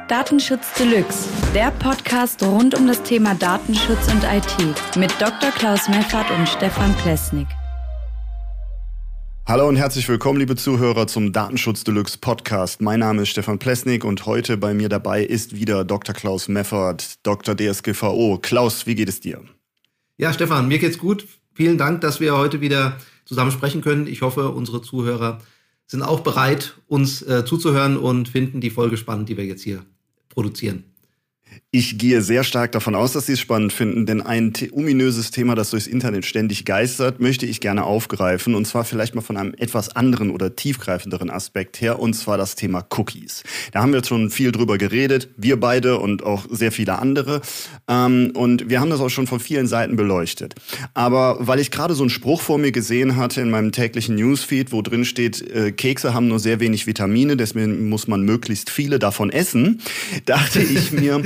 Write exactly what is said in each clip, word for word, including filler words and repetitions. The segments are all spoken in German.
Datenschutz Deluxe, der Podcast rund um das Thema Datenschutz und I T mit Doktor Klaus Meffert und Stefan Plesnik. Hallo und herzlich willkommen, liebe Zuhörer, zum Datenschutz Deluxe Podcast. Mein Name ist Stefan Plesnik und heute bei mir dabei ist wieder Doktor Klaus Meffert, Doktor D S G V O. Klaus, wie geht es dir? Ja, Stefan, mir geht's gut. Vielen Dank, dass wir heute wieder zusammen sprechen können. Ich hoffe, unsere Zuhörer sind auch bereit, uns äh, zuzuhören und finden die Folge spannend, die wir jetzt hier produzieren. Ich gehe sehr stark davon aus, dass Sie es spannend finden, denn ein te- ominöses Thema, das durchs Internet ständig geistert, möchte ich gerne aufgreifen, und zwar vielleicht mal von einem etwas anderen oder tiefgreifenderen Aspekt her, und zwar das Thema Cookies. Da haben wir jetzt schon viel drüber geredet, wir beide und auch sehr viele andere, ähm, und wir haben das auch schon von vielen Seiten beleuchtet. Aber weil ich gerade so einen Spruch vor mir gesehen hatte in meinem täglichen Newsfeed, wo drin steht, äh, Kekse haben nur sehr wenig Vitamine, deswegen muss man möglichst viele davon essen, dachte ich mir,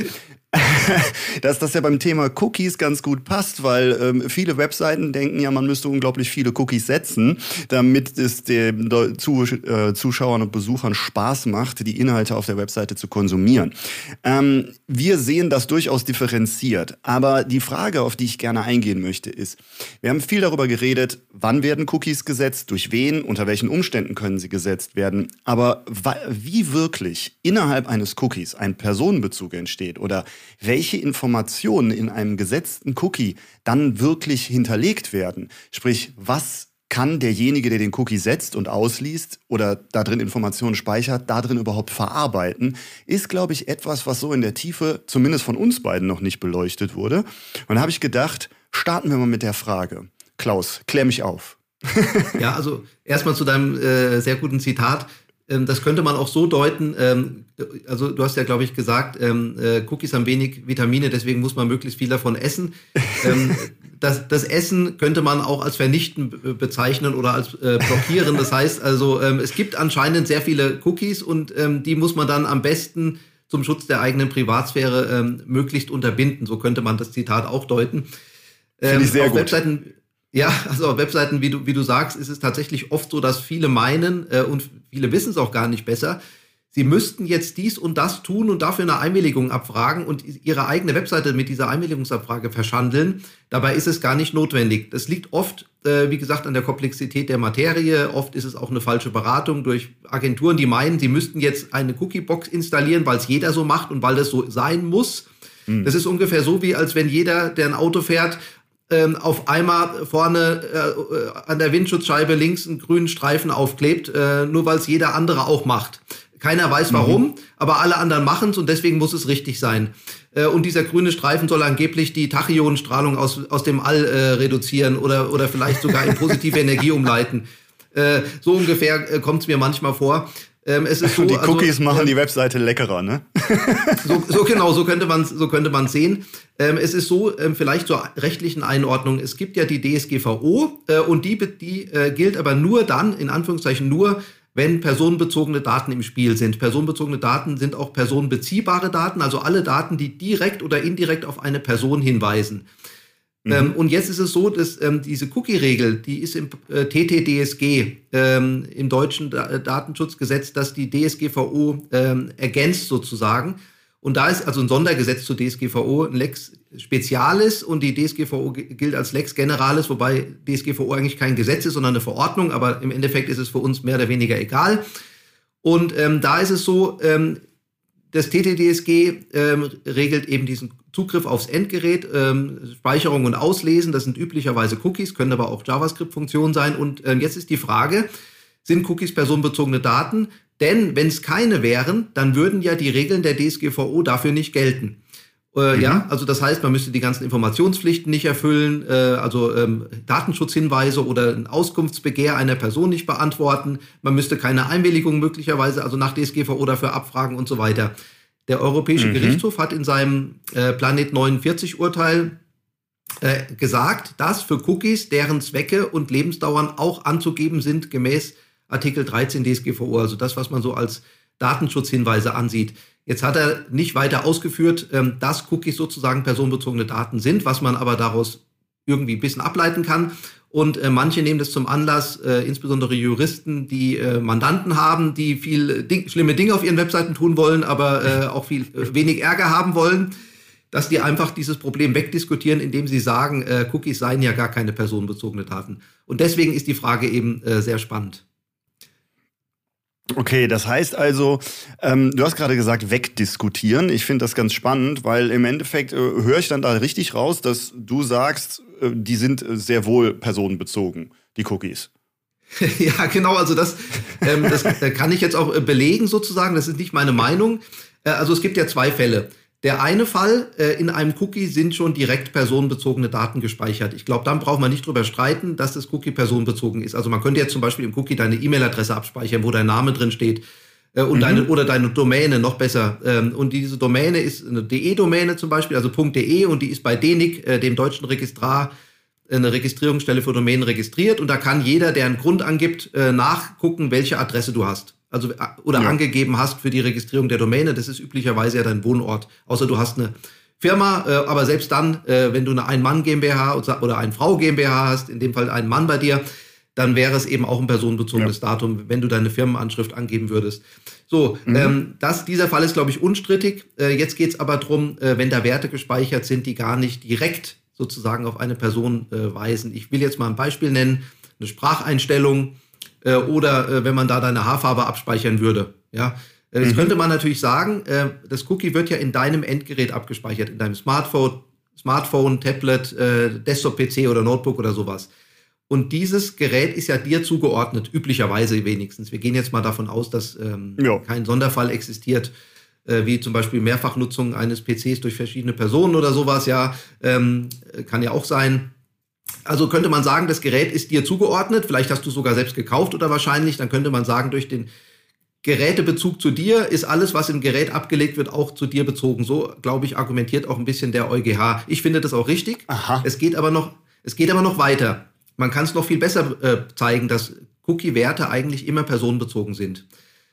dass das ja beim Thema Cookies ganz gut passt, weil ähm, viele Webseiten denken ja, man müsste unglaublich viele Cookies setzen, damit es den Zu- äh, Zuschauern und Besuchern Spaß macht, die Inhalte auf der Webseite zu konsumieren. Ähm, wir sehen das durchaus differenziert, aber die Frage, auf die ich gerne eingehen möchte, ist, wir haben viel darüber geredet, wann werden Cookies gesetzt, durch wen, unter welchen Umständen können sie gesetzt werden, aber wa- wie wirklich innerhalb eines Cookies ein Personenbezug entsteht oder welche Informationen in einem gesetzten Cookie dann wirklich hinterlegt werden. Sprich, was kann derjenige, der den Cookie setzt und ausliest oder da drin Informationen speichert, da drin überhaupt verarbeiten, ist, glaube ich, etwas, was so in der Tiefe, zumindest von uns beiden, noch nicht beleuchtet wurde. Und da habe ich gedacht, starten wir mal mit der Frage. Klaus, klär mich auf. Ja, also erstmal zu deinem äh, sehr guten Zitat. Das könnte man auch so deuten, ähm, also du hast ja, glaube ich, gesagt, ähm, äh, Cookies haben wenig Vitamine, deswegen muss man möglichst viel davon essen. ähm, das, das Essen könnte man auch als vernichten bezeichnen oder als äh, blockieren. Das heißt also, ähm, es gibt anscheinend sehr viele Cookies und ähm, die muss man dann am besten zum Schutz der eigenen Privatsphäre ähm, möglichst unterbinden. So könnte man das Zitat auch deuten. Ähm, Finde ich sehr auf gut. Webseiten Ja, also auf Webseiten, wie du, wie du sagst, ist es tatsächlich oft so, dass viele meinen, äh, und viele wissen es auch gar nicht besser, sie müssten jetzt dies und das tun und dafür eine Einwilligung abfragen und ihre eigene Webseite mit dieser Einwilligungsabfrage verschandeln. Dabei ist es gar nicht notwendig. Das liegt oft, äh, wie gesagt, an der Komplexität der Materie. Oft ist es auch eine falsche Beratung durch Agenturen, die meinen, sie müssten jetzt eine Cookie-Box installieren, weil es jeder so macht und weil das so sein muss. Hm. Das ist ungefähr so, wie als wenn jeder, der ein Auto fährt, auf einmal vorne äh, an der Windschutzscheibe links einen grünen Streifen aufklebt, äh, nur weil es jeder andere auch macht. Keiner weiß warum, mhm. aber alle anderen machen es und deswegen muss es richtig sein. Äh, und dieser grüne Streifen soll angeblich die Tachyonenstrahlung aus, aus dem All äh, reduzieren oder, oder vielleicht sogar in positive Energie umleiten. Äh, so ungefähr äh, kommt es mir manchmal vor. Ähm, es ist so, und die Cookies also, machen ähm, die Webseite leckerer, ne? so, so genau, so könnte man so könnte man sehen. Ähm, es ist so, ähm, vielleicht zur rechtlichen Einordnung, es gibt ja die D S G V O äh, und die, die äh, gilt aber nur dann, in Anführungszeichen nur, wenn personenbezogene Daten im Spiel sind. Personenbezogene Daten sind auch personenbeziehbare Daten, also alle Daten, die direkt oder indirekt auf eine Person hinweisen. Mhm. Ähm, und jetzt ist es so, dass ähm, diese Cookie-Regel, die ist im äh, T T D S G, ähm, im deutschen da- Datenschutzgesetz, das die D S G V O ähm, ergänzt sozusagen. Und da ist also ein Sondergesetz zur D S G V O ein Lex Specialis und die D S G V O g- gilt als Lex Generalis, wobei D S G V O eigentlich kein Gesetz ist, sondern eine Verordnung, aber im Endeffekt ist es für uns mehr oder weniger egal. Und ähm, da ist es so, ähm, das T T D S G ähm, regelt eben diesen Zugriff aufs Endgerät, ähm, Speicherung und Auslesen. Das sind üblicherweise Cookies, können aber auch JavaScript-Funktionen sein. Und ähm, jetzt ist die Frage, sind Cookies personenbezogene Daten? Denn wenn es keine wären, dann würden ja die Regeln der D S G V O dafür nicht gelten. Äh, mhm. Ja, also das heißt, man müsste die ganzen Informationspflichten nicht erfüllen, äh, also ähm, Datenschutzhinweise oder ein Auskunftsbegehr einer Person nicht beantworten. Man müsste keine Einwilligung möglicherweise, also nach D S G V O dafür abfragen und so weiter. Der Europäische mhm. Gerichtshof hat in seinem äh, Planet neunundvierzig Urteil äh, gesagt, dass für Cookies, deren Zwecke und Lebensdauern auch anzugeben sind, gemäß Artikel dreizehn D S G V O, also das, was man so als Datenschutzhinweise ansieht. Jetzt hat er nicht weiter ausgeführt, ähm, dass Cookies sozusagen personenbezogene Daten sind. Was man aber daraus irgendwie ein bisschen ableiten kann. Und äh, manche nehmen das zum Anlass, äh, insbesondere Juristen, die äh, Mandanten haben, die viel Ding, schlimme Dinge auf ihren Webseiten tun wollen, aber äh, auch viel äh, wenig Ärger haben wollen, dass die einfach dieses Problem wegdiskutieren, indem sie sagen, äh, Cookies seien ja gar keine personenbezogene Daten. Und deswegen ist die Frage eben äh, sehr spannend. Okay, das heißt also, ähm, du hast gerade gesagt, wegdiskutieren. Ich finde das ganz spannend, weil im Endeffekt äh, höre ich dann da richtig raus, dass du sagst, äh, die sind äh, sehr wohl personenbezogen, die Cookies. Ja, genau, also das, ähm, das kann ich jetzt auch äh, belegen sozusagen, das ist nicht meine Meinung. Äh, also es gibt ja zwei Fälle. Der eine Fall, äh, in einem Cookie sind schon direkt personenbezogene Daten gespeichert. Ich glaube, dann braucht man nicht drüber streiten, dass das Cookie personenbezogen ist. Also man könnte jetzt zum Beispiel im Cookie deine E-Mail-Adresse abspeichern, wo dein Name drin steht, äh, und mhm. deine, oder deine Domäne, noch besser. Ähm, und diese Domäne ist eine .de-Domäne zum Beispiel, also .de, und die ist bei D E N I C, äh, dem deutschen Registrar, eine Registrierungsstelle für Domänen registriert. Und da kann jeder, der einen Grund angibt, äh, nachgucken, welche Adresse du hast. Also oder ja. angegeben hast für die Registrierung der Domäne. Das ist üblicherweise ja dein Wohnort. Außer du hast eine Firma, äh, aber selbst dann, äh, wenn du eine Ein-Mann GmbH oder eine Frau GmbH hast, in dem Fall einen Mann bei dir, dann wäre es eben auch ein personenbezogenes ja. Datum, wenn du deine Firmenanschrift angeben würdest. So, mhm. ähm, das, dieser Fall ist, glaube ich, unstrittig. Äh, jetzt geht es aber darum, äh, wenn da Werte gespeichert sind, die gar nicht direkt sozusagen auf eine Person äh, weisen. Ich will jetzt mal ein Beispiel nennen, eine Spracheinstellung, oder äh, wenn man da deine Haarfarbe abspeichern würde. Ja, das mhm. könnte man natürlich sagen, äh, das Cookie wird ja in deinem Endgerät abgespeichert, in deinem Smartphone, Smartphone, Tablet, äh, Desktop-P C oder Notebook oder sowas. Und dieses Gerät ist ja dir zugeordnet, üblicherweise wenigstens. Wir gehen jetzt mal davon aus, dass ähm, ja. kein Sonderfall existiert, äh, wie zum Beispiel Mehrfachnutzung eines P Cs durch verschiedene Personen oder sowas. Ja, ähm, kann ja auch sein. Also könnte man sagen, das Gerät ist dir zugeordnet, vielleicht hast du es sogar selbst gekauft oder wahrscheinlich, dann könnte man sagen, durch den Gerätebezug zu dir ist alles, was im Gerät abgelegt wird, auch zu dir bezogen. So, glaube ich, argumentiert auch ein bisschen der EuGH. Ich finde das auch richtig. Aha. Es geht aber noch, es geht aber noch weiter. Man kann es noch viel besser äh, zeigen, dass Cookie-Werte eigentlich immer personenbezogen sind.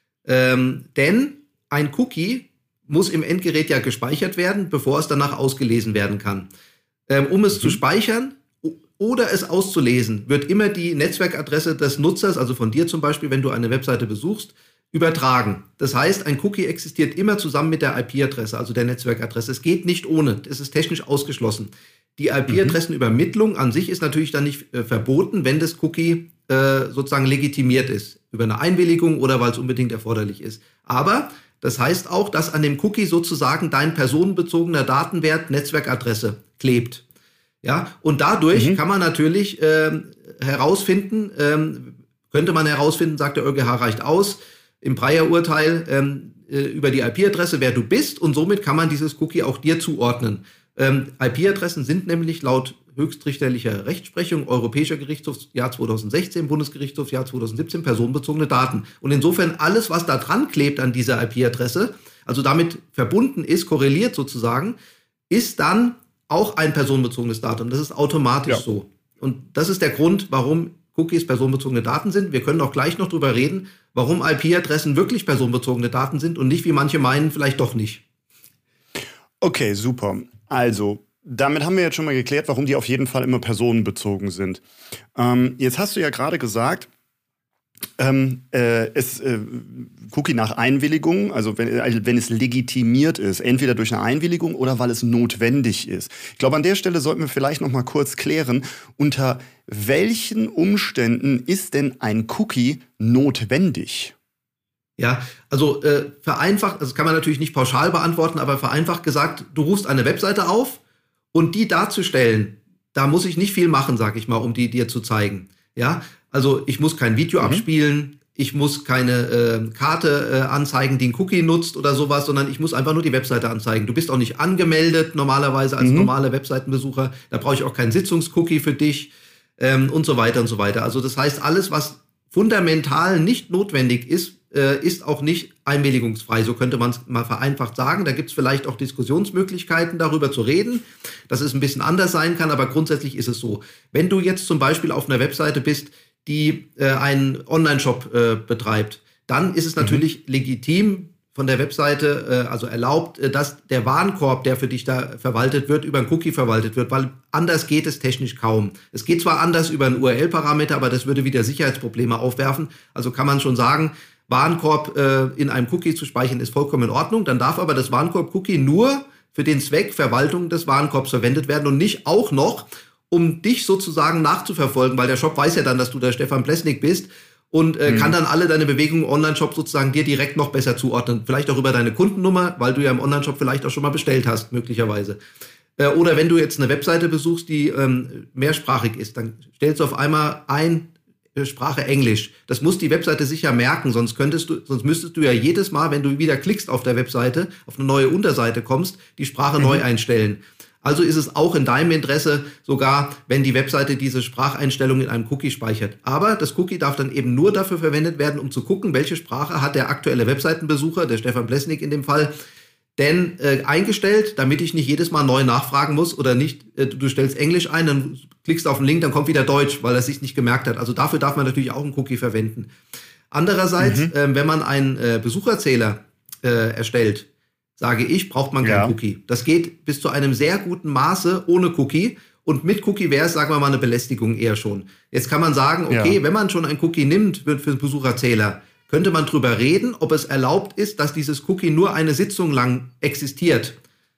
Ähm, denn ein Cookie muss im Endgerät ja gespeichert werden, bevor es danach ausgelesen werden kann. Ähm, um es mhm. zu speichern oder es auszulesen, wird immer die Netzwerkadresse des Nutzers, also von dir zum Beispiel, wenn du eine Webseite besuchst, übertragen. Das heißt, ein Cookie existiert immer zusammen mit der I P-Adresse, also der Netzwerkadresse. Es geht nicht ohne, es ist technisch ausgeschlossen. Die I P-Adressenübermittlung an sich ist natürlich dann nicht äh, verboten, wenn das Cookie äh, sozusagen legitimiert ist, über eine Einwilligung oder weil es unbedingt erforderlich ist. Aber das heißt auch, dass an dem Cookie sozusagen dein personenbezogener Datenwert Netzwerkadresse klebt. Ja, und dadurch mhm. kann man natürlich ähm, herausfinden, ähm, könnte man herausfinden, sagt der EuGH, reicht aus, im Breyer-Urteil ähm, äh, über die I P-Adresse, wer du bist, und somit kann man dieses Cookie auch dir zuordnen. Ähm, I P-Adressen sind nämlich laut höchstrichterlicher Rechtsprechung, Europäischer Gerichtshof Jahr zweitausendsechzehn, Bundesgerichtshof Jahr zweitausendsiebzehn, personenbezogene Daten. Und insofern alles, was da dran klebt an dieser I P-Adresse, also damit verbunden ist, korreliert sozusagen, ist dann auch ein personenbezogenes Datum. Das ist automatisch ja. so. Und das ist der Grund, warum Cookies personenbezogene Daten sind. Wir können auch gleich noch drüber reden, warum I P-Adressen wirklich personenbezogene Daten sind und nicht, wie manche meinen, vielleicht doch nicht. Okay, super. Also, damit haben wir jetzt schon mal geklärt, warum die auf jeden Fall immer personenbezogen sind. Ähm, jetzt hast du ja gerade gesagt, Ähm, äh, es äh, Cookie nach Einwilligung, also wenn, also wenn es legitimiert ist, entweder durch eine Einwilligung oder weil es notwendig ist. Ich glaube, an der Stelle sollten wir vielleicht noch mal kurz klären, unter welchen Umständen ist denn ein Cookie notwendig? Ja, also äh, vereinfacht, das kann man natürlich nicht pauschal beantworten, aber vereinfacht gesagt, du rufst eine Webseite auf und die darzustellen, da muss ich nicht viel machen, sag ich mal, um die dir zu zeigen. Ja, also ich muss kein Video mhm. abspielen, ich muss keine äh, Karte äh, anzeigen, die ein Cookie nutzt oder sowas, sondern ich muss einfach nur die Webseite anzeigen. Du bist auch nicht angemeldet normalerweise als mhm. normale Webseitenbesucher, da brauche ich auch keinen Sitzungscookie für dich ähm, und so weiter und so weiter. Also das heißt, alles, was fundamental nicht notwendig ist, äh, ist auch nicht einwilligungsfrei. So könnte man es mal vereinfacht sagen. Da gibt es vielleicht auch Diskussionsmöglichkeiten, darüber zu reden, dass es ein bisschen anders sein kann, aber grundsätzlich ist es so. Wenn du jetzt zum Beispiel auf einer Webseite bist, die äh, einen Online-Shop äh, betreibt, dann ist es natürlich mhm. legitim, von der Webseite, äh, also erlaubt, äh, dass der Warenkorb, der für dich da verwaltet wird, über ein Cookie verwaltet wird, weil anders geht es technisch kaum. Es geht zwar anders über einen U R L-Parameter, aber das würde wieder Sicherheitsprobleme aufwerfen. Also kann man schon sagen, Warenkorb äh, in einem Cookie zu speichern ist vollkommen in Ordnung. Dann darf aber das Warenkorb-Cookie nur für den Zweck Verwaltung des Warenkorbs verwendet werden und nicht auch noch, um dich sozusagen nachzuverfolgen, weil der Shop weiß ja dann, dass du der Stefan Plesnik bist und äh, mhm. kann dann alle deine Bewegungen im Online-Shop sozusagen dir direkt noch besser zuordnen. Vielleicht auch über deine Kundennummer, weil du ja im Online-Shop vielleicht auch schon mal bestellt hast, möglicherweise. Äh, oder wenn du jetzt eine Webseite besuchst, die ähm, mehrsprachig ist, dann stellst du auf einmal ein äh, Sprache Englisch. Das muss die Webseite sicher merken, sonst könntest du, sonst müsstest du ja jedes Mal, wenn du wieder klickst auf der Webseite, auf eine neue Unterseite kommst, die Sprache mhm. neu einstellen. Also ist es auch in deinem Interesse, sogar wenn die Webseite diese Spracheinstellung in einem Cookie speichert. Aber das Cookie darf dann eben nur dafür verwendet werden, um zu gucken, welche Sprache hat der aktuelle Webseitenbesucher, der Stefan Plesnik in dem Fall, denn äh, eingestellt, damit ich nicht jedes Mal neu nachfragen muss oder nicht, äh, du stellst Englisch ein, dann klickst auf den Link, dann kommt wieder Deutsch, weil er sich nicht gemerkt hat. Also dafür darf man natürlich auch einen Cookie verwenden. Andererseits, mhm. äh, wenn man einen äh, Besucherzähler äh, erstellt, sage ich, braucht man kein ja. Cookie. Das geht bis zu einem sehr guten Maße ohne Cookie. Und mit Cookie wäre es, sagen wir mal, eine Belästigung eher schon. Jetzt kann man sagen, okay, ja. wenn man schon ein Cookie nimmt für, für den Besucherzähler, könnte man drüber reden, ob es erlaubt ist, dass dieses Cookie nur eine Sitzung lang existiert.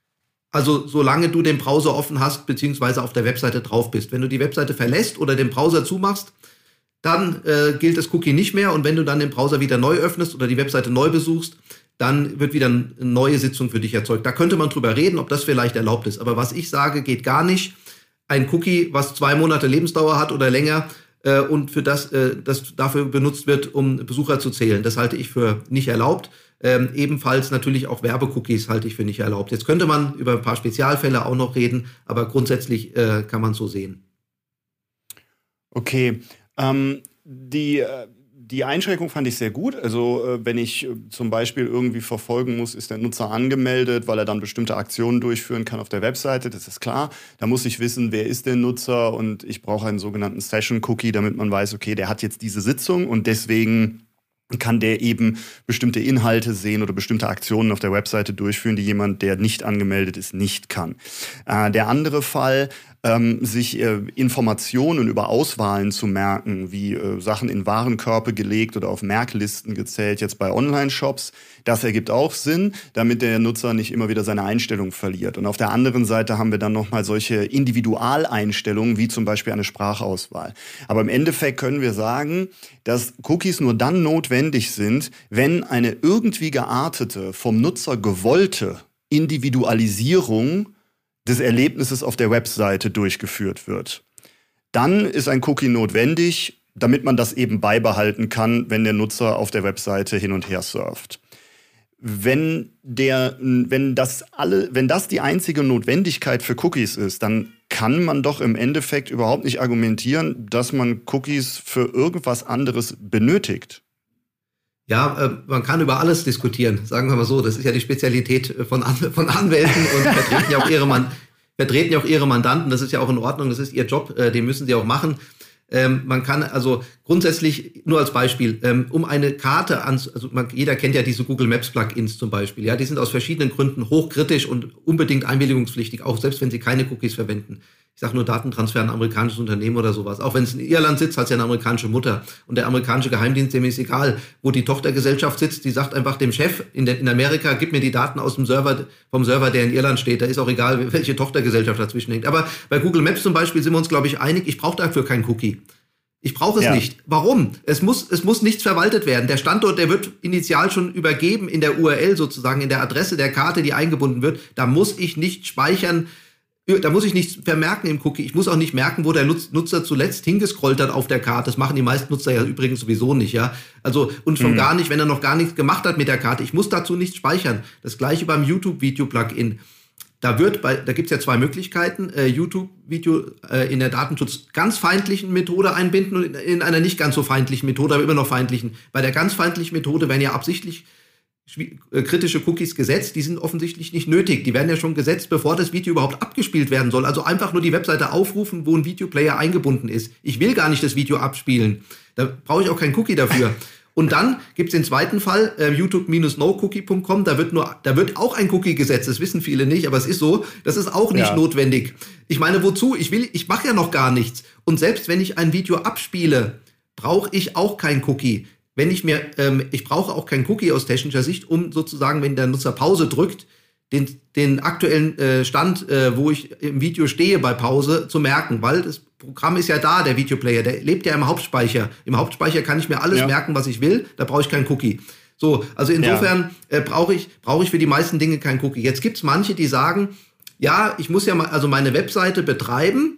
Also solange du den Browser offen hast, beziehungsweise auf der Webseite drauf bist. Wenn du die Webseite verlässt oder den Browser zumachst, dann äh, gilt das Cookie nicht mehr. Und wenn du dann den Browser wieder neu öffnest oder die Webseite neu besuchst, dann wird wieder eine neue Sitzung für dich erzeugt. Da könnte man drüber reden, ob das vielleicht erlaubt ist. Aber was ich sage, geht gar nicht. Ein Cookie, was zwei Monate Lebensdauer hat oder länger äh, und für das, äh, das dafür benutzt wird, um Besucher zu zählen, das halte ich für nicht erlaubt. Ähm, ebenfalls natürlich auch Werbecookies halte ich für nicht erlaubt. Jetzt könnte man über ein paar Spezialfälle auch noch reden, aber grundsätzlich äh, kann man es so sehen. Okay, ähm, die... Äh Die Einschränkung fand ich sehr gut. Also äh, wenn ich äh, zum Beispiel irgendwie verfolgen muss, ist der Nutzer angemeldet, weil er dann bestimmte Aktionen durchführen kann auf der Webseite, das ist klar. Da muss ich wissen, wer ist der Nutzer und ich brauche einen sogenannten Session-Cookie, damit man weiß, okay, der hat jetzt diese Sitzung und deswegen kann der eben bestimmte Inhalte sehen oder bestimmte Aktionen auf der Webseite durchführen, die jemand, der nicht angemeldet ist, nicht kann. Äh, der andere Fall, ähm, sich äh, Informationen über Auswahlen zu merken, wie äh, Sachen in Warenkörbe gelegt oder auf Merklisten gezählt, jetzt bei Online-Shops, das ergibt auch Sinn, damit der Nutzer nicht immer wieder seine Einstellung verliert. Und auf der anderen Seite haben wir dann nochmal solche Individualeinstellungen, wie zum Beispiel eine Sprachauswahl. Aber im Endeffekt können wir sagen, dass Cookies nur dann notwendig sind, wenn eine irgendwie geartete, vom Nutzer gewollte Individualisierung des Erlebnisses auf der Webseite durchgeführt wird. Dann ist ein Cookie notwendig, damit man das eben beibehalten kann, wenn der Nutzer auf der Webseite hin und her surft. Wenn der, wenn das alle, wenn das die einzige Notwendigkeit für Cookies ist, dann kann man doch im Endeffekt überhaupt nicht argumentieren, dass man Cookies für irgendwas anderes benötigt. Ja, äh, man kann über alles diskutieren, sagen wir mal so. Das ist ja die Spezialität von, An- von Anwälten und vertreten ja auch ihre Man- vertreten ja auch ihre Mandanten. Das ist ja auch in Ordnung, das ist ihr Job, äh, den müssen sie auch machen. Ähm, man kann also grundsätzlich, nur als Beispiel, ähm, um eine Karte an, also man, jeder kennt ja diese Google Maps Plugins zum Beispiel, ja, die sind aus verschiedenen Gründen hochkritisch und unbedingt einwilligungspflichtig, auch selbst wenn sie keine Cookies verwenden. Ich sage nur Datentransfer an ein amerikanisches Unternehmen oder sowas. Auch wenn es in Irland sitzt, hat es ja eine amerikanische Mutter. Und der amerikanische Geheimdienst, dem ist egal, wo die Tochtergesellschaft sitzt, die sagt einfach dem Chef in, der, in Amerika, gib mir die Daten aus dem Server, vom Server, der in Irland steht. Da ist auch egal, welche Tochtergesellschaft dazwischen hängt. Aber bei Google Maps zum Beispiel sind wir uns, glaube ich, einig, ich brauche dafür keinen Cookie. Ich brauche es ja. nicht. Warum? Es muss, es muss nichts verwaltet werden. Der Standort, der wird initial schon übergeben in der U R L sozusagen, in der Adresse der Karte, die eingebunden wird. Da muss ich nicht speichern. Da muss ich nichts vermerken im Cookie. Ich muss auch nicht merken, wo der Nutzer zuletzt hingescrollt hat auf der Karte. Das machen die meisten Nutzer ja übrigens sowieso nicht, ja. Also, und schon mhm. gar nicht, wenn er noch gar nichts gemacht hat mit der Karte. Ich muss dazu nichts speichern. Das gleiche beim YouTube-Video-Plugin. Da wird bei, da gibt's ja zwei Möglichkeiten, äh, YouTube-Video äh, in der Datenschutz ganz feindlichen Methode einbinden und in, in einer nicht ganz so feindlichen Methode, aber immer noch feindlichen. Bei der ganz feindlichen Methode werden ja absichtlich kritische Cookies gesetzt, die sind offensichtlich nicht nötig. Die werden ja schon gesetzt, bevor das Video überhaupt abgespielt werden soll. Also einfach nur die Webseite aufrufen, wo ein Videoplayer eingebunden ist. Ich will gar nicht das Video abspielen. Da brauche ich auch keinen Cookie dafür. Und dann gibt es den zweiten Fall, äh, youtube Bindestrich no cookie Punkt com, da wird nur, da wird auch ein Cookie gesetzt, das wissen viele nicht, aber es ist so, das ist auch nicht ja. notwendig. Ich meine, wozu? Ich will, ich mache ja noch gar nichts. Und selbst wenn ich ein Video abspiele, brauche ich auch kein Cookie. Wenn ich mir, ähm, ich brauche auch kein Cookie aus technischer Sicht, um sozusagen, wenn der Nutzer Pause drückt, den, den aktuellen äh, Stand, äh, wo ich im Video stehe bei Pause, zu merken, weil das Programm ist ja da, der Videoplayer, der lebt ja im Hauptspeicher. Im Hauptspeicher kann ich mir alles ja. merken, was ich will, da brauche ich kein Cookie. So, also insofern ja. äh, brauche ich, brauche ich für die meisten Dinge kein Cookie. Jetzt gibt's manche, die sagen, ja, ich muss ja mal, also meine Webseite betreiben,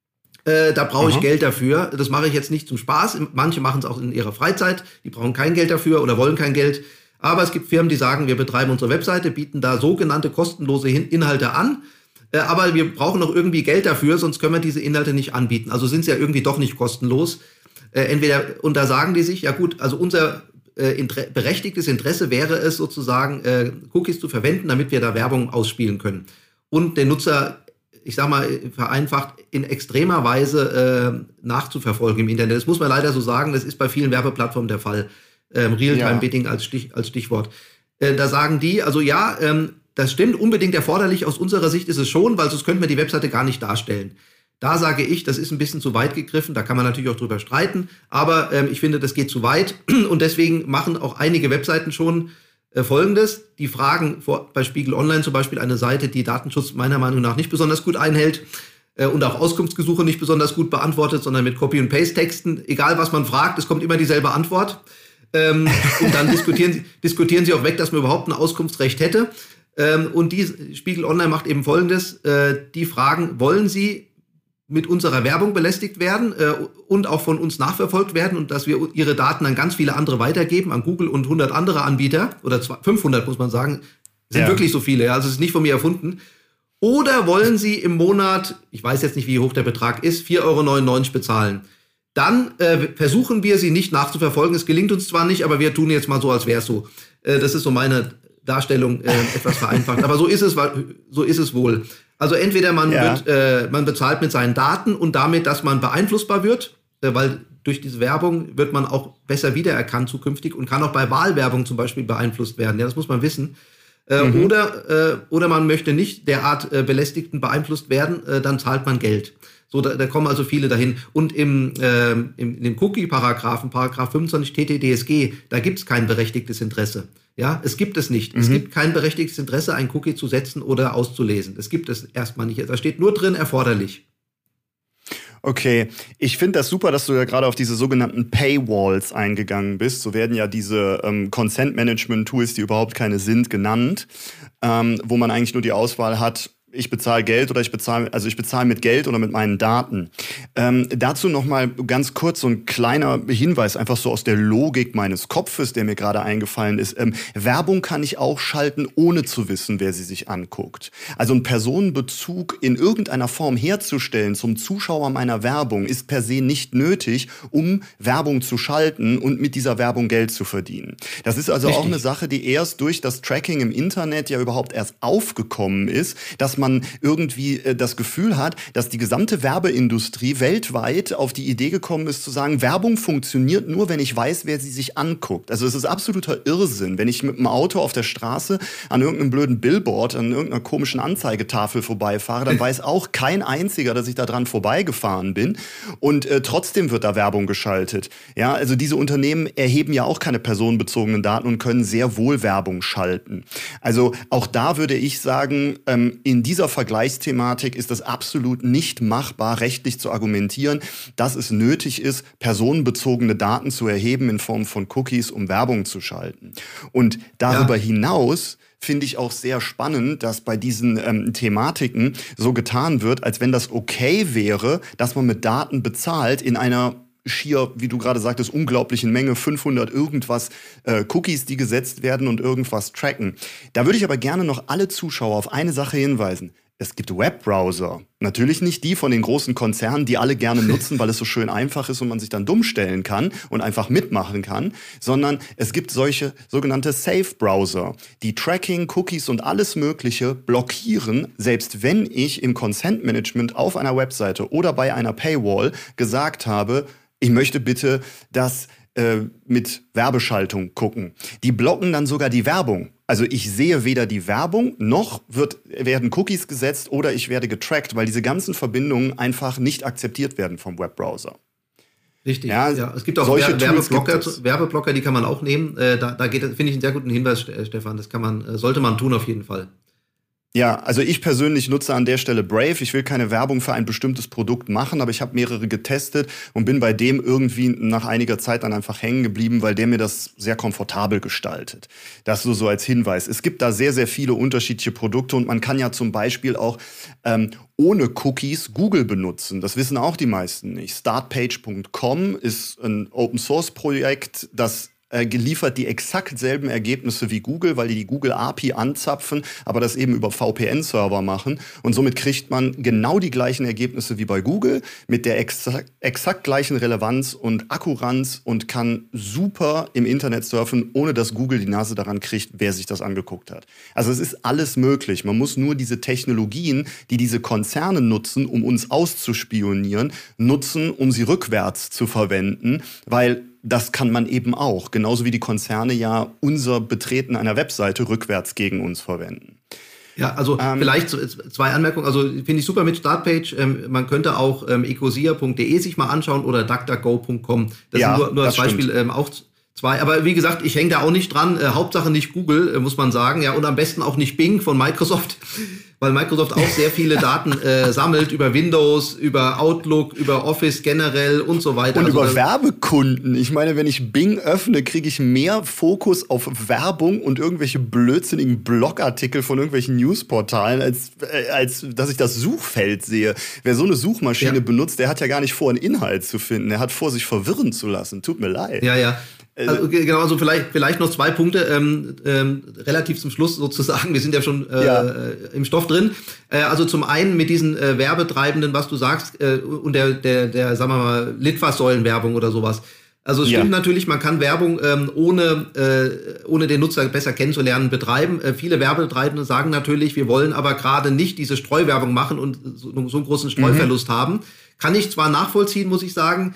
äh, da brauche ich Geld dafür. Das mache ich jetzt nicht zum Spaß. Manche machen es auch in ihrer Freizeit, die brauchen kein Geld dafür oder wollen kein Geld. Aber es gibt Firmen, die sagen, wir betreiben unsere Webseite, bieten da sogenannte kostenlose Inhalte an. Äh, aber wir brauchen noch irgendwie Geld dafür, sonst können wir diese Inhalte nicht anbieten. Also sind sie ja irgendwie doch nicht kostenlos. Äh, entweder, und da sagen die sich, ja gut, also unser äh, inter- berechtigtes Interesse wäre es sozusagen, äh, Cookies zu verwenden, damit wir da Werbung ausspielen können. Und den Nutzer, ich sag mal, vereinfacht, in extremer Weise äh, nachzuverfolgen im Internet. Das muss man leider so sagen, das ist bei vielen Werbeplattformen der Fall. Ähm, Realtime-Bidding ja. als, Stich, als Stichwort. Äh, da sagen die, also ja, ähm, das stimmt, unbedingt erforderlich, aus unserer Sicht ist es schon, weil sonst könnten wir die Webseite gar nicht darstellen. Da sage ich, das ist ein bisschen zu weit gegriffen, da kann man natürlich auch drüber streiten, aber ähm, ich finde, das geht zu weit und deswegen machen auch einige Webseiten schon äh, Folgendes, die fragen vor, bei Spiegel Online zum Beispiel eine Seite, die Datenschutz meiner Meinung nach nicht besonders gut einhält, und auch Auskunftsgesuche nicht besonders gut beantwortet, sondern mit Copy- und Paste-Texten. Egal, was man fragt, es kommt immer dieselbe Antwort. Ähm, und dann diskutieren sie, diskutieren sie auch weg, dass man überhaupt ein Auskunftsrecht hätte. Ähm, und die Spiegel Online macht eben Folgendes. Äh, die fragen, wollen Sie mit unserer Werbung belästigt werden äh, und auch von uns nachverfolgt werden und dass wir Ihre Daten an ganz viele andere weitergeben, an Google und hundert andere Anbieter, oder fünfhundert muss man sagen, sind ja. wirklich so viele, ja, also es ist nicht von mir erfunden. Oder wollen Sie im Monat, ich weiß jetzt nicht, wie hoch der Betrag ist, vier Euro neunundneunzig bezahlen? Dann äh, versuchen wir, Sie nicht nachzuverfolgen. Es gelingt uns zwar nicht, aber wir tun jetzt mal so, als wäre es so. Äh, das ist so meine Darstellung, äh, etwas vereinfacht. Aber so ist es, so ist es wohl. Also entweder man, ja. wird, äh, man bezahlt mit seinen Daten und damit, dass man beeinflussbar wird, äh, weil durch diese Werbung wird man auch besser wiedererkannt zukünftig und kann auch bei Wahlwerbung zum Beispiel beeinflusst werden. Ja, das muss man wissen. Äh, mhm. Oder äh, oder man möchte nicht derart äh, Belästigten beeinflusst werden, äh, dann zahlt man Geld. So, da, da kommen also viele dahin. Und im, äh, im, in dem Cookie-Paragraphen, Paragraph fünfundzwanzig T T D S G, da gibt es kein berechtigtes Interesse. Ja, es gibt es nicht. Mhm. Es gibt kein berechtigtes Interesse, ein Cookie zu setzen oder auszulesen. Es gibt es erstmal nicht. Da steht nur drin, erforderlich. Okay, ich finde das super, dass du ja gerade auf diese sogenannten Paywalls eingegangen bist. So werden ja diese ähm, Consent-Management-Tools, die überhaupt keine sind, genannt, ähm, wo man eigentlich nur die Auswahl hat, ich bezahle Geld oder ich bezahle, also ich bezahle mit Geld oder mit meinen Daten. Ähm, dazu noch mal ganz kurz so ein kleiner Hinweis, einfach so aus der Logik meines Kopfes, der mir gerade eingefallen ist. Ähm, Werbung kann ich auch schalten, ohne zu wissen, wer sie sich anguckt. Also einen Personenbezug in irgendeiner Form herzustellen zum Zuschauer meiner Werbung ist per se nicht nötig, um Werbung zu schalten und mit dieser Werbung Geld zu verdienen. Das ist also Richtig. Auch eine Sache, die erst durch das Tracking im Internet ja überhaupt erst aufgekommen ist, dass man man irgendwie äh, das Gefühl hat, dass die gesamte Werbeindustrie weltweit auf die Idee gekommen ist, zu sagen, Werbung funktioniert nur, wenn ich weiß, wer sie sich anguckt. Also es ist absoluter Irrsinn, wenn ich mit dem Auto auf der Straße an irgendeinem blöden Billboard, an irgendeiner komischen Anzeigetafel vorbeifahre, dann weiß auch kein einziger, dass ich da dran vorbeigefahren bin und äh, trotzdem wird da Werbung geschaltet. Ja, also diese Unternehmen erheben ja auch keine personenbezogenen Daten und können sehr wohl Werbung schalten. Also auch da würde ich sagen, ähm, in dieser Vergleichsthematik ist es absolut nicht machbar, rechtlich zu argumentieren, dass es nötig ist, personenbezogene Daten zu erheben in Form von Cookies, um Werbung zu schalten. Und darüber ja. hinaus finde ich auch sehr spannend, dass bei diesen ähm, Thematiken so getan wird, als wenn das okay wäre, dass man mit Daten bezahlt in einer schier, wie du gerade sagtest, unglaublichen Menge, fünfhundert irgendwas äh, Cookies, die gesetzt werden und irgendwas tracken. Da würde ich aber gerne noch alle Zuschauer auf eine Sache hinweisen. Es gibt Webbrowser. Natürlich nicht die von den großen Konzernen, die alle gerne nutzen, weil es so schön einfach ist und man sich dann dumm stellen kann und einfach mitmachen kann, sondern es gibt solche sogenannte Safe-Browser, die Tracking, Cookies und alles Mögliche blockieren, selbst wenn ich im Consent-Management auf einer Webseite oder bei einer Paywall gesagt habe, ich möchte bitte, dass äh, mit Werbeschaltung gucken. Die blocken dann sogar die Werbung. Also ich sehe weder die Werbung, noch wird, werden Cookies gesetzt oder ich werde getrackt, weil diese ganzen Verbindungen einfach nicht akzeptiert werden vom Webbrowser. Richtig, ja, ja. Es gibt auch solche Werbeblocker, Werbeblocker, die kann man auch nehmen. Äh, da da geht, finde ich, einen sehr guten Hinweis, Stefan. Das kann man, äh, sollte man tun auf jeden Fall. Ja, also ich persönlich nutze an der Stelle Brave. Ich will keine Werbung für ein bestimmtes Produkt machen, aber ich habe mehrere getestet und bin bei dem irgendwie nach einiger Zeit dann einfach hängen geblieben, weil der mir das sehr komfortabel gestaltet. Das so, so als Hinweis. Es gibt da sehr, sehr viele unterschiedliche Produkte und man kann ja zum Beispiel auch ähm, ohne Cookies Google benutzen. Das wissen auch die meisten nicht. Startpage Punkt com ist ein Open-Source-Projekt, das geliefert die exakt selben Ergebnisse wie Google, weil die die Google A P I anzapfen, aber das eben über V P N-Server machen. Und somit kriegt man genau die gleichen Ergebnisse wie bei Google mit der exakt, exakt gleichen Relevanz und Akkuranz und kann super im Internet surfen, ohne dass Google die Nase daran kriegt, wer sich das angeguckt hat. Also es ist alles möglich. Man muss nur diese Technologien, die diese Konzerne nutzen, um uns auszuspionieren, nutzen, um sie rückwärts zu verwenden, weil das kann man eben auch, genauso wie die Konzerne ja unser Betreten einer Webseite rückwärts gegen uns verwenden. Ja, also ähm, vielleicht zwei Anmerkungen. Also finde ich super mit Startpage. Ähm, man könnte auch ähm, ecosia Punkt de sich mal anschauen oder duckduckgo Punkt com. Das ja, sind nur, nur als Beispiel ähm, auch zwei. Aber wie gesagt, ich hänge da auch nicht dran. Äh, Hauptsache nicht Google, äh, muss man sagen. Ja, und am besten auch nicht Bing von Microsoft. Weil Microsoft auch sehr viele Daten äh, sammelt über Windows, über Outlook, über Office generell und so weiter. Und also über Werbekunden. Ich meine, wenn ich Bing öffne, kriege ich mehr Fokus auf Werbung und irgendwelche blödsinnigen Blogartikel von irgendwelchen Newsportalen, als, äh, als dass ich das Suchfeld sehe. Wer so eine Suchmaschine ja. benutzt, der hat ja gar nicht vor, einen Inhalt zu finden. Er hat vor, sich verwirren zu lassen. Tut mir leid. Ja, ja. Also, genau, also vielleicht, vielleicht noch zwei Punkte, ähm, ähm, relativ zum Schluss sozusagen. Wir sind ja schon äh, ja. im Stoff drin. Äh, also zum einen mit diesen äh, Werbetreibenden, was du sagst, äh, und der, der, der, sagen wir mal, Litfaßsäulenwerbung oder sowas. Also es stimmt ja. natürlich, man kann Werbung ähm, ohne, äh, ohne den Nutzer besser kennenzulernen betreiben. Äh, viele Werbetreibende sagen natürlich, wir wollen aber gerade nicht diese Streuwerbung machen und so, so einen großen Streuverlust mhm. haben. Kann ich zwar nachvollziehen, muss ich sagen,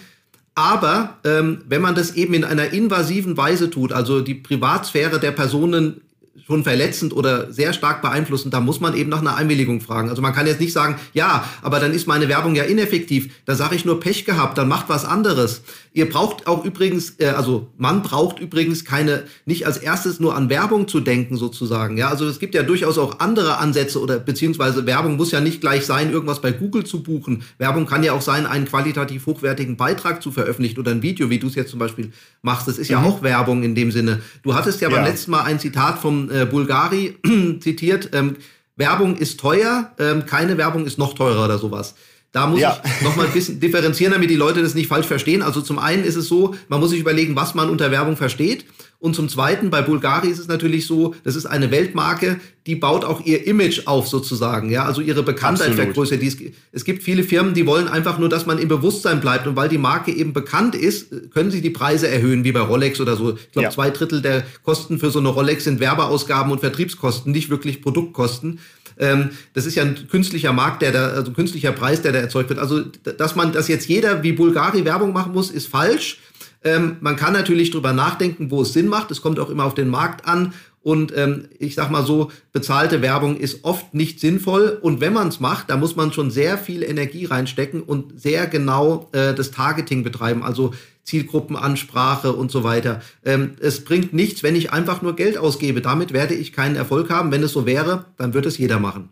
aber ähm, wenn man das eben in einer invasiven Weise tut, also die Privatsphäre der Personen schon verletzend oder sehr stark beeinflussend, da muss man eben nach einer Einwilligung fragen. Also man kann jetzt nicht sagen, ja, aber dann ist meine Werbung ja ineffektiv. Da sage ich nur Pech gehabt, dann macht was anderes. Ihr braucht auch übrigens, äh, also man braucht übrigens keine, nicht als erstes nur an Werbung zu denken sozusagen. Ja, also es gibt ja durchaus auch andere Ansätze oder beziehungsweise Werbung muss ja nicht gleich sein, irgendwas bei Google zu buchen. Werbung kann ja auch sein, einen qualitativ hochwertigen Beitrag zu veröffentlichen oder ein Video, wie du es jetzt zum Beispiel machst. Das ist ja mhm. auch Werbung in dem Sinne. Du hattest ja, ja. beim letzten Mal ein Zitat vom äh, Bulgari zitiert, ähm, Werbung ist teuer, ähm, keine Werbung ist noch teurer oder sowas. Da muss ja. ich noch mal ein bisschen differenzieren, damit die Leute das nicht falsch verstehen. Also zum einen ist es so, man muss sich überlegen, was man unter Werbung versteht. Und zum Zweiten, bei Bulgari ist es natürlich so, das ist eine Weltmarke, die baut auch ihr Image auf sozusagen, ja, also ihre Bekanntheit vergrößert. Es gibt viele Firmen, die wollen einfach nur, dass man im Bewusstsein bleibt. Und weil die Marke eben bekannt ist, können sie die Preise erhöhen, wie bei Rolex oder so. Ich glaube, ja. zwei Drittel der Kosten für so eine Rolex sind Werbeausgaben und Vertriebskosten, nicht wirklich Produktkosten. Ähm, das ist ja ein künstlicher Markt, der da, also ein künstlicher Preis, der da erzeugt wird. Also, dass man, dass jetzt jeder wie Bulgari Werbung machen muss, ist falsch. Ähm, man kann natürlich drüber nachdenken, wo es Sinn macht. Es kommt auch immer auf den Markt an. Und ähm, ich sag mal so, bezahlte Werbung ist oft nicht sinnvoll. Und wenn man es macht, da muss man schon sehr viel Energie reinstecken und sehr genau äh, das Targeting betreiben, also Zielgruppenansprache und so weiter. Ähm, es bringt nichts, wenn ich einfach nur Geld ausgebe. Damit werde ich keinen Erfolg haben. Wenn es so wäre, dann wird es jeder machen.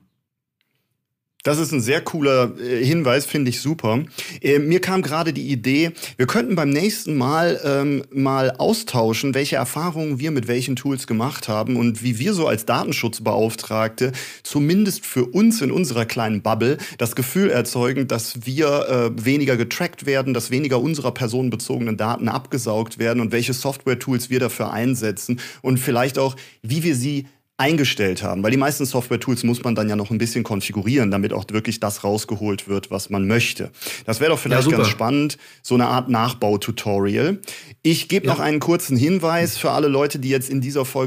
Das ist ein sehr cooler äh, Hinweis, finde ich super. Äh, mir kam gerade die Idee, wir könnten beim nächsten Mal ähm, mal austauschen, welche Erfahrungen wir mit welchen Tools gemacht haben und wie wir so als Datenschutzbeauftragte zumindest für uns in unserer kleinen Bubble das Gefühl erzeugen, dass wir äh, weniger getrackt werden, dass weniger unserer personenbezogenen Daten abgesaugt werden und welche Software-Tools wir dafür einsetzen und vielleicht auch, wie wir sie eingestellt haben, weil die meisten Software-Tools muss man dann ja noch ein bisschen konfigurieren, damit auch wirklich das rausgeholt wird, was man möchte. Das wäre doch vielleicht ja, ganz spannend, so eine Art Nachbau-Tutorial. Ich gebe ja. noch einen kurzen Hinweis für alle Leute, die jetzt in dieser Folge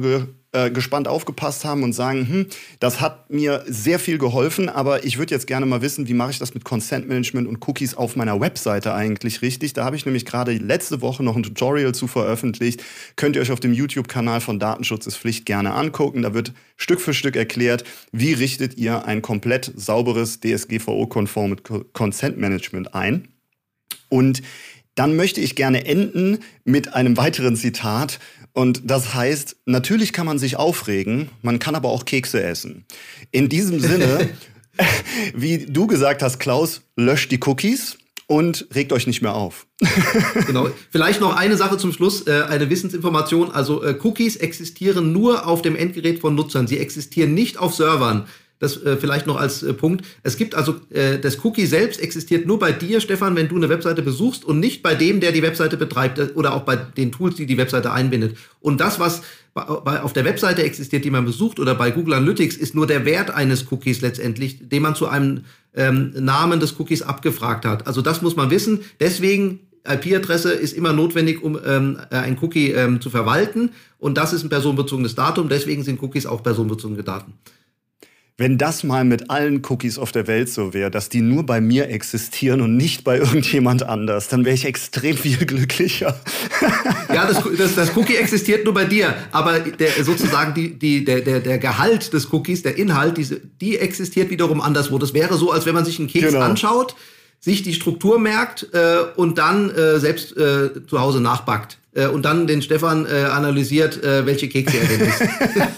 äh, gespannt aufgepasst haben und sagen, hm, das hat mir sehr viel geholfen, aber ich würde jetzt gerne mal wissen, wie mache ich das mit Consent Management und Cookies auf meiner Webseite eigentlich richtig? Da habe ich nämlich gerade letzte Woche noch ein Tutorial zu veröffentlicht. Könnt ihr euch auf dem YouTube-Kanal von Datenschutz ist Pflicht gerne angucken. Da wird Stück für Stück erklärt, wie richtet ihr ein komplett sauberes D S G V O-konformes Consent Management ein. Und dann möchte ich gerne enden mit einem weiteren Zitat. Und das heißt, natürlich kann man sich aufregen, man kann aber auch Kekse essen. In diesem Sinne, wie du gesagt hast, Klaus, löscht die Cookies und regt euch nicht mehr auf. Genau. Vielleicht noch eine Sache zum Schluss, äh, eine Wissensinformation. Also äh, Cookies existieren nur auf dem Endgerät von Nutzern. Sie existieren nicht auf Servern. Das äh, vielleicht noch als äh, Punkt. Es gibt also, äh, das Cookie selbst existiert nur bei dir, Stefan, wenn du eine Webseite besuchst und nicht bei dem, der die Webseite betreibt äh, oder auch bei den Tools, die die Webseite einbindet. Und das, was bei, bei, auf der Webseite existiert, die man besucht oder bei Google Analytics, ist nur der Wert eines Cookies letztendlich, den man zu einem ähm, Namen des Cookies abgefragt hat. Also das muss man wissen. Deswegen I P-Adresse ist immer notwendig, um ähm, ein Cookie ähm, zu verwalten. Und das ist ein personenbezogenes Datum. Deswegen sind Cookies auch personenbezogene Daten. Wenn das mal mit allen Cookies auf der Welt so wäre, dass die nur bei mir existieren und nicht bei irgendjemand anders, dann wäre ich extrem viel glücklicher. Ja, das, das, das Cookie existiert nur bei dir, aber der, sozusagen die, die, der, der, der Gehalt des Cookies, der Inhalt, diese, die existiert wiederum anderswo. Das wäre so, als wenn man sich einen Keks genau. anschaut, sich die Struktur merkt äh, und dann äh, selbst äh, zu Hause nachbackt äh, und dann den Stefan äh, analysiert, äh, welche Kekse er denn isst.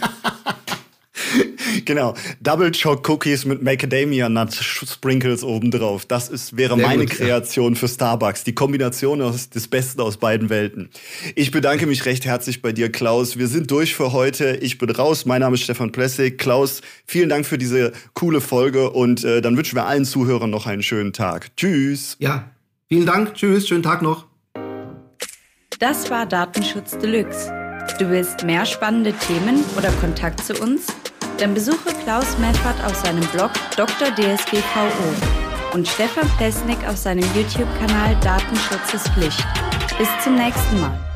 Genau, Double Choc Cookies mit Macadamia Nut Sprinkles obendrauf. Das ist, wäre Sehr meine gut, Kreation ja. für Starbucks. Die Kombination aus des Besten aus beiden Welten. Ich bedanke mich recht herzlich bei dir, Klaus. Wir sind durch für heute. Ich bin raus. Mein Name ist Stefan Plessig. Klaus, vielen Dank für diese coole Folge und äh, dann wünschen wir allen Zuhörern noch einen schönen Tag. Tschüss. Ja, vielen Dank. Tschüss. Schönen Tag noch. Das war Datenschutz Deluxe. Du willst mehr spannende Themen oder Kontakt zu uns? Dann besuche Klaus Meffert auf seinem Blog Doktor D S G V O und Stefan Plesnik auf seinem YouTube-Kanal Datenschutz ist Pflicht. Bis zum nächsten Mal.